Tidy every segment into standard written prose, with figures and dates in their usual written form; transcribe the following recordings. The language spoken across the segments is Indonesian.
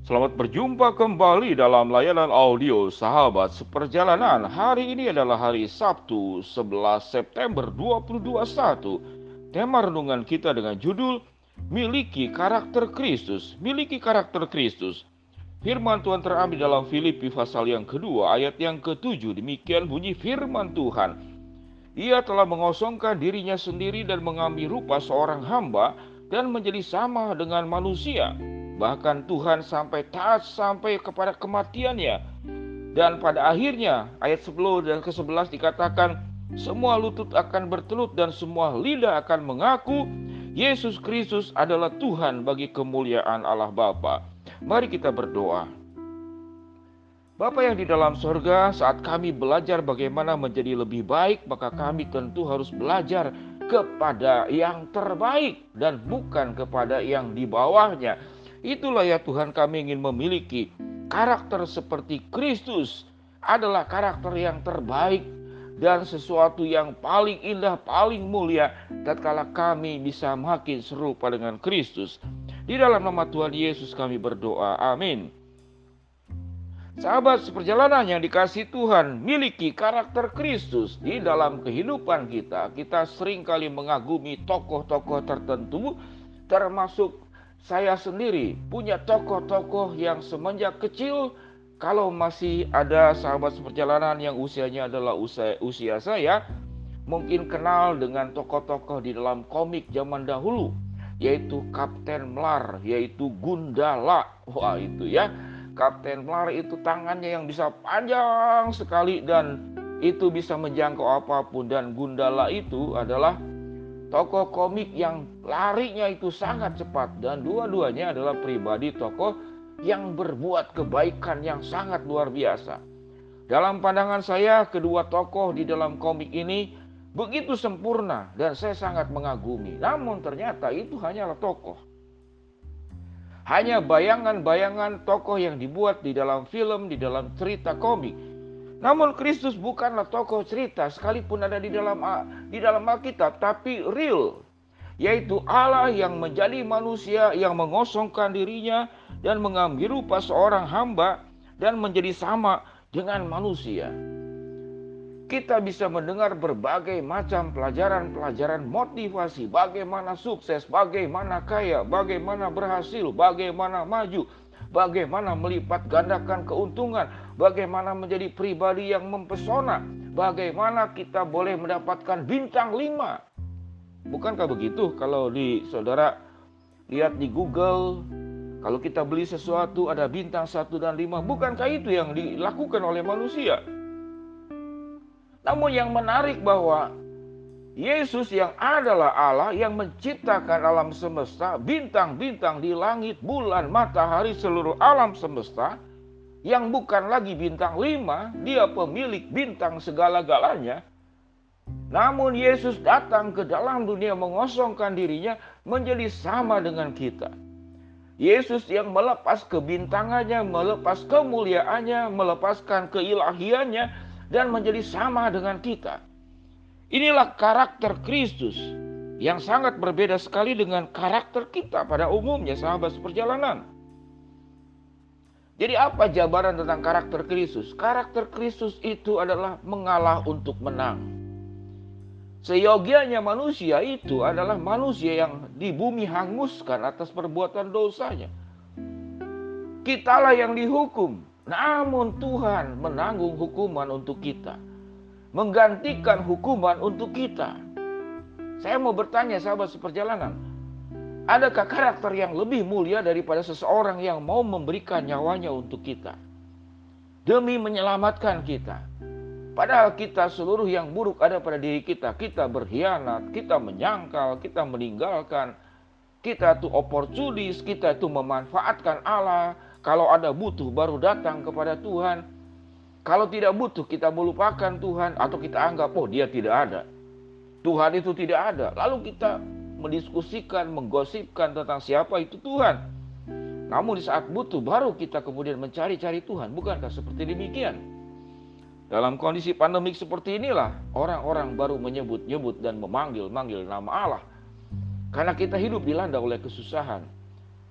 Selamat berjumpa kembali dalam layanan audio Sahabat Seperjalanan. Hari ini adalah hari Sabtu 11 September 2021. Tema renungan kita dengan judul Miliki Karakter Kristus. Miliki Karakter Kristus. Firman Tuhan terambil dalam Filipi pasal yang kedua ayat yang ke-7. Demikian bunyi firman Tuhan. Ia telah mengosongkan dirinya sendiri dan mengambil rupa seorang hamba dan menjadi sama dengan manusia. Bahkan Tuhan sampai taat sampai kepada kematiannya. Dan pada akhirnya ayat 10 dan ke-11 dikatakan, semua lutut akan bertelut dan semua lidah akan mengaku Yesus Kristus adalah Tuhan bagi kemuliaan Allah Bapa. Mari kita berdoa. Bapa yang di dalam sorga, saat kami belajar bagaimana menjadi lebih baik, maka kami tentu harus belajar kepada yang terbaik dan bukan kepada yang di bawahnya. Itulah ya Tuhan, kami ingin memiliki karakter seperti Kristus, adalah karakter yang terbaik dan sesuatu yang paling indah, paling mulia tatkala kami bisa makin serupa dengan Kristus. Di dalam nama Tuhan Yesus kami berdoa, amin. Sahabat seperjalanan yang dikasihi Tuhan, miliki karakter Kristus di dalam kehidupan kita. Kita seringkali mengagumi tokoh-tokoh tertentu, termasuk saya sendiri punya tokoh-tokoh yang semenjak kecil, kalau masih ada sahabat seperjalanan yang usianya adalah usia saya, mungkin kenal dengan tokoh-tokoh di dalam komik zaman dahulu, yaitu Kapten Mlar, yaitu Gundala. Wah itu ya, Kapten Mlar itu tangannya yang bisa panjang sekali dan itu bisa menjangkau apapun. Dan Gundala itu adalah tokoh komik yang larinya itu sangat cepat. Dan dua-duanya adalah pribadi tokoh yang berbuat kebaikan yang sangat luar biasa. Dalam pandangan saya, kedua tokoh di dalam komik ini begitu sempurna dan saya sangat mengagumi. Namun ternyata itu hanyalah tokoh. Hanya bayangan-bayangan tokoh yang dibuat di dalam film, di dalam cerita komik. Namun Kristus bukanlah tokoh cerita sekalipun ada di dalam Alkitab, tapi real, yaitu Allah yang menjadi manusia, yang mengosongkan dirinya dan mengambil rupa seorang hamba dan menjadi sama dengan manusia. Kita bisa mendengar berbagai macam pelajaran-pelajaran motivasi, bagaimana sukses, bagaimana kaya, bagaimana berhasil, bagaimana maju, bagaimana melipat gandakan keuntungan, bagaimana menjadi pribadi yang mempesona, bagaimana kita boleh mendapatkan bintang 5. Bukankah begitu kalau saudara lihat di Google, kalau kita beli sesuatu ada bintang 1 dan 5, bukankah itu yang dilakukan oleh manusia? Namun yang menarik bahwa Yesus yang adalah Allah yang menciptakan alam semesta, bintang-bintang di langit, bulan, matahari, seluruh alam semesta, yang bukan lagi bintang 5, dia pemilik bintang segala-galanya. Namun Yesus datang ke dalam dunia mengosongkan dirinya menjadi sama dengan kita. Yesus yang melepas kebintangannya, melepas kemuliaannya, melepaskan keilahiannya, dan menjadi sama dengan kita. Inilah karakter Kristus yang sangat berbeda sekali dengan karakter kita pada umumnya, sahabat seperjalanan. Jadi apa jabaran tentang karakter Kristus? Karakter Kristus itu adalah mengalah untuk menang. Seyogianya manusia itu adalah manusia yang di bumi hanguskan atas perbuatan dosanya. Kitalah yang dihukum, namun Tuhan menanggung hukuman untuk kita, menggantikan hukuman untuk kita. Saya mau bertanya sahabat seperjalanan, adakah karakter yang lebih mulia daripada seseorang yang mau memberikan nyawanya untuk kita, demi menyelamatkan kita? Padahal kita seluruh yang buruk ada pada diri kita. Kita berkhianat, kita menyangkal, kita meninggalkan, kita itu oportunis, kita itu memanfaatkan Allah. Kalau ada butuh baru datang kepada Tuhan. Kalau tidak butuh kita melupakan Tuhan atau kita anggap dia tidak ada. Tuhan itu tidak ada. Lalu kita mendiskusikan, menggosipkan tentang siapa itu Tuhan. Namun di saat butuh baru kita kemudian mencari-cari Tuhan. Bukankah seperti demikian? Dalam kondisi pandemik seperti inilah orang-orang baru menyebut-nyebut dan memanggil-manggil nama Allah. Karena kita hidup dilanda oleh kesusahan.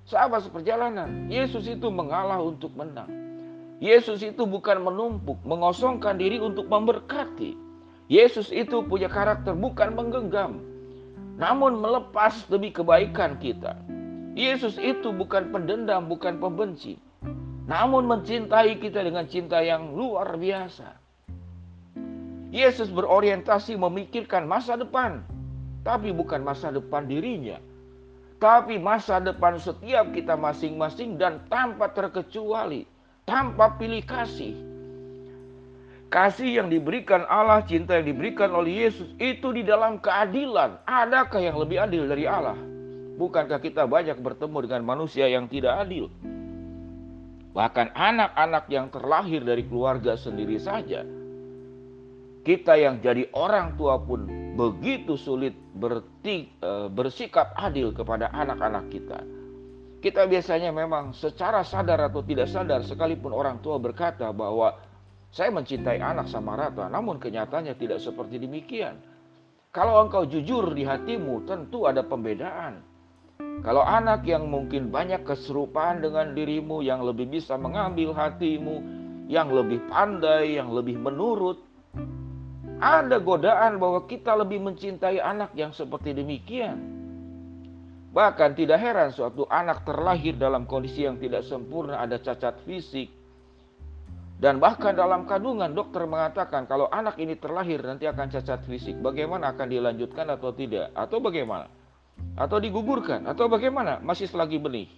Sahabat seperjalanan, Yesus itu mengalah untuk menang. Yesus itu bukan menumpuk, mengosongkan diri untuk memberkati. Yesus itu punya karakter bukan menggenggam, namun melepas demi kebaikan kita. Yesus itu bukan pendendam, bukan pembenci, namun mencintai kita dengan cinta yang luar biasa. Yesus berorientasi memikirkan masa depan, tapi bukan masa depan dirinya, tapi masa depan setiap kita masing-masing dan tanpa terkecuali, tanpa pilih kasih. Kasih yang diberikan Allah, cinta yang diberikan oleh Yesus itu di dalam keadilan. Adakah yang lebih adil dari Allah? Bukankah kita banyak bertemu dengan manusia yang tidak adil? Bahkan anak-anak yang terlahir dari keluarga sendiri saja, kita yang jadi orang tua pun begitu sulit bersikap adil kepada anak-anak kita. Kita biasanya memang secara sadar atau tidak sadar, sekalipun orang tua berkata bahwa saya mencintai anak sama rata, namun kenyataannya tidak seperti demikian. Kalau engkau jujur di hatimu, tentu ada pembedaan. Kalau anak yang mungkin banyak keserupaan dengan dirimu, yang lebih bisa mengambil hatimu, yang lebih pandai, yang lebih menurut, ada godaan bahwa kita lebih mencintai anak yang seperti demikian. Bahkan tidak heran suatu anak terlahir dalam kondisi yang tidak sempurna, ada cacat fisik. Dan bahkan dalam kandungan dokter mengatakan kalau anak ini terlahir nanti akan cacat fisik. Bagaimana, akan dilanjutkan atau tidak? Atau bagaimana? Atau digugurkan? Atau bagaimana? Masih selagi benih.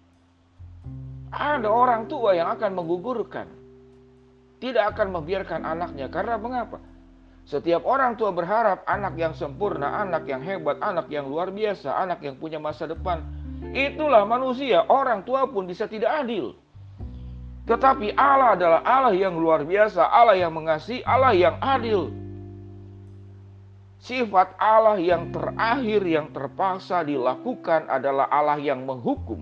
Ada orang tua yang akan menggugurkan. Tidak akan membiarkan anaknya. Karena mengapa? Setiap orang tua berharap anak yang sempurna, anak yang hebat, anak yang luar biasa, anak yang punya masa depan. Itulah manusia. Orang tua pun bisa tidak adil. Tetapi Allah adalah Allah yang luar biasa, Allah yang mengasihi, Allah yang adil. Sifat Allah yang terakhir yang terpaksa dilakukan adalah Allah yang menghukum.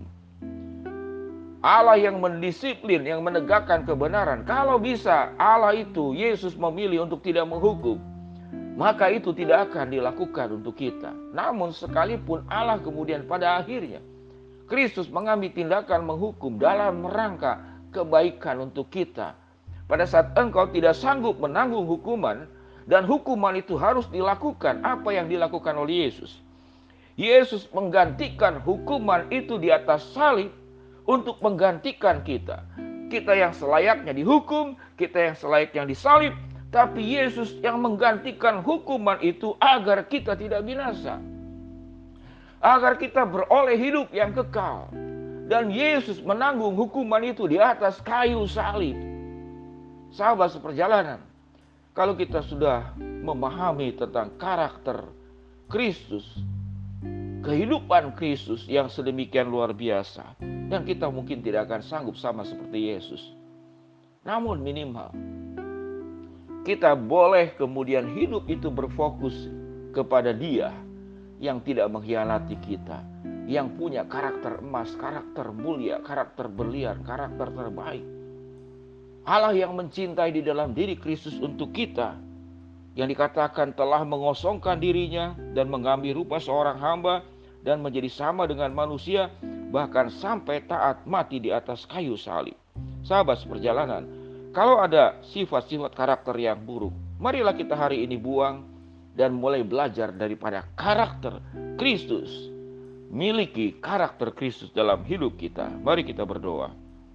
Allah yang mendisiplin, yang menegakkan kebenaran. Kalau bisa Allah itu, Yesus memilih untuk tidak menghukum, maka itu tidak akan dilakukan untuk kita. Namun sekalipun Allah kemudian pada akhirnya Kristus mengambil tindakan menghukum dalam rangka kebaikan untuk kita. Pada saat engkau tidak sanggup menanggung hukuman, dan hukuman itu harus dilakukan, apa yang dilakukan oleh Yesus? Yesus menggantikan hukuman itu di atas salib untuk menggantikan kita. Kita yang selayaknya dihukum, kita yang selayaknya disalib, tapi Yesus yang menggantikan hukuman itu agar kita tidak binasa, agar kita beroleh hidup yang kekal. Dan Yesus menanggung hukuman itu di atas kayu salib. Sahabat seperjalanan, kalau kita sudah memahami tentang karakter Kristus, kehidupan Kristus yang sedemikian luar biasa, dan kita mungkin tidak akan sanggup sama seperti Yesus, namun minimal kita boleh kemudian hidup itu berfokus kepada Dia yang tidak mengkhianati kita, yang punya karakter emas, karakter mulia, karakter berlian, karakter terbaik. Allah yang mencintai di dalam diri Kristus untuk kita, yang dikatakan telah mengosongkan dirinya dan mengambil rupa seorang hamba dan menjadi sama dengan manusia, bahkan sampai taat mati di atas kayu salib. Sahabat seperjalanan, kalau ada sifat-sifat karakter yang buruk, marilah kita hari ini buang dan mulai belajar daripada karakter Kristus. Miliki karakter Kristus dalam hidup kita. Mari kita berdoa.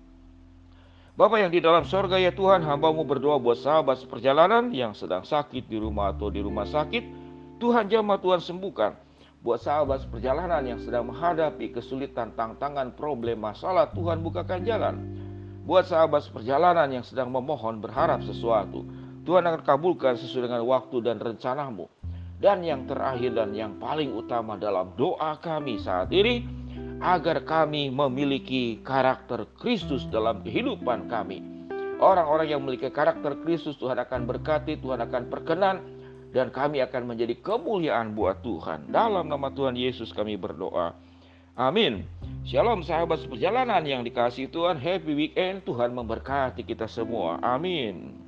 Bapa yang di dalam sorga, ya Tuhan, hamba-Mu berdoa buat sahabat seperjalanan yang sedang sakit di rumah atau di rumah sakit. Tuhan jamah, Tuhan sembuhkan. Buat sahabat seperjalanan yang sedang menghadapi kesulitan, tantangan, problem, masalah, Tuhan bukakan jalan. Buat sahabat seperjalanan yang sedang memohon, berharap sesuatu, Tuhan akan kabulkan sesuai dengan waktu dan rencana-Mu. Dan yang terakhir dan yang paling utama dalam doa kami saat ini, agar kami memiliki karakter Kristus dalam kehidupan kami. Orang-orang yang memiliki karakter Kristus, Tuhan akan berkati, Tuhan akan perkenan, dan kami akan menjadi kemuliaan buat Tuhan. Dalam nama Tuhan Yesus kami berdoa. Amin. Shalom sahabat seperjalanan yang dikasihi Tuhan. Happy weekend. Tuhan memberkati kita semua. Amin.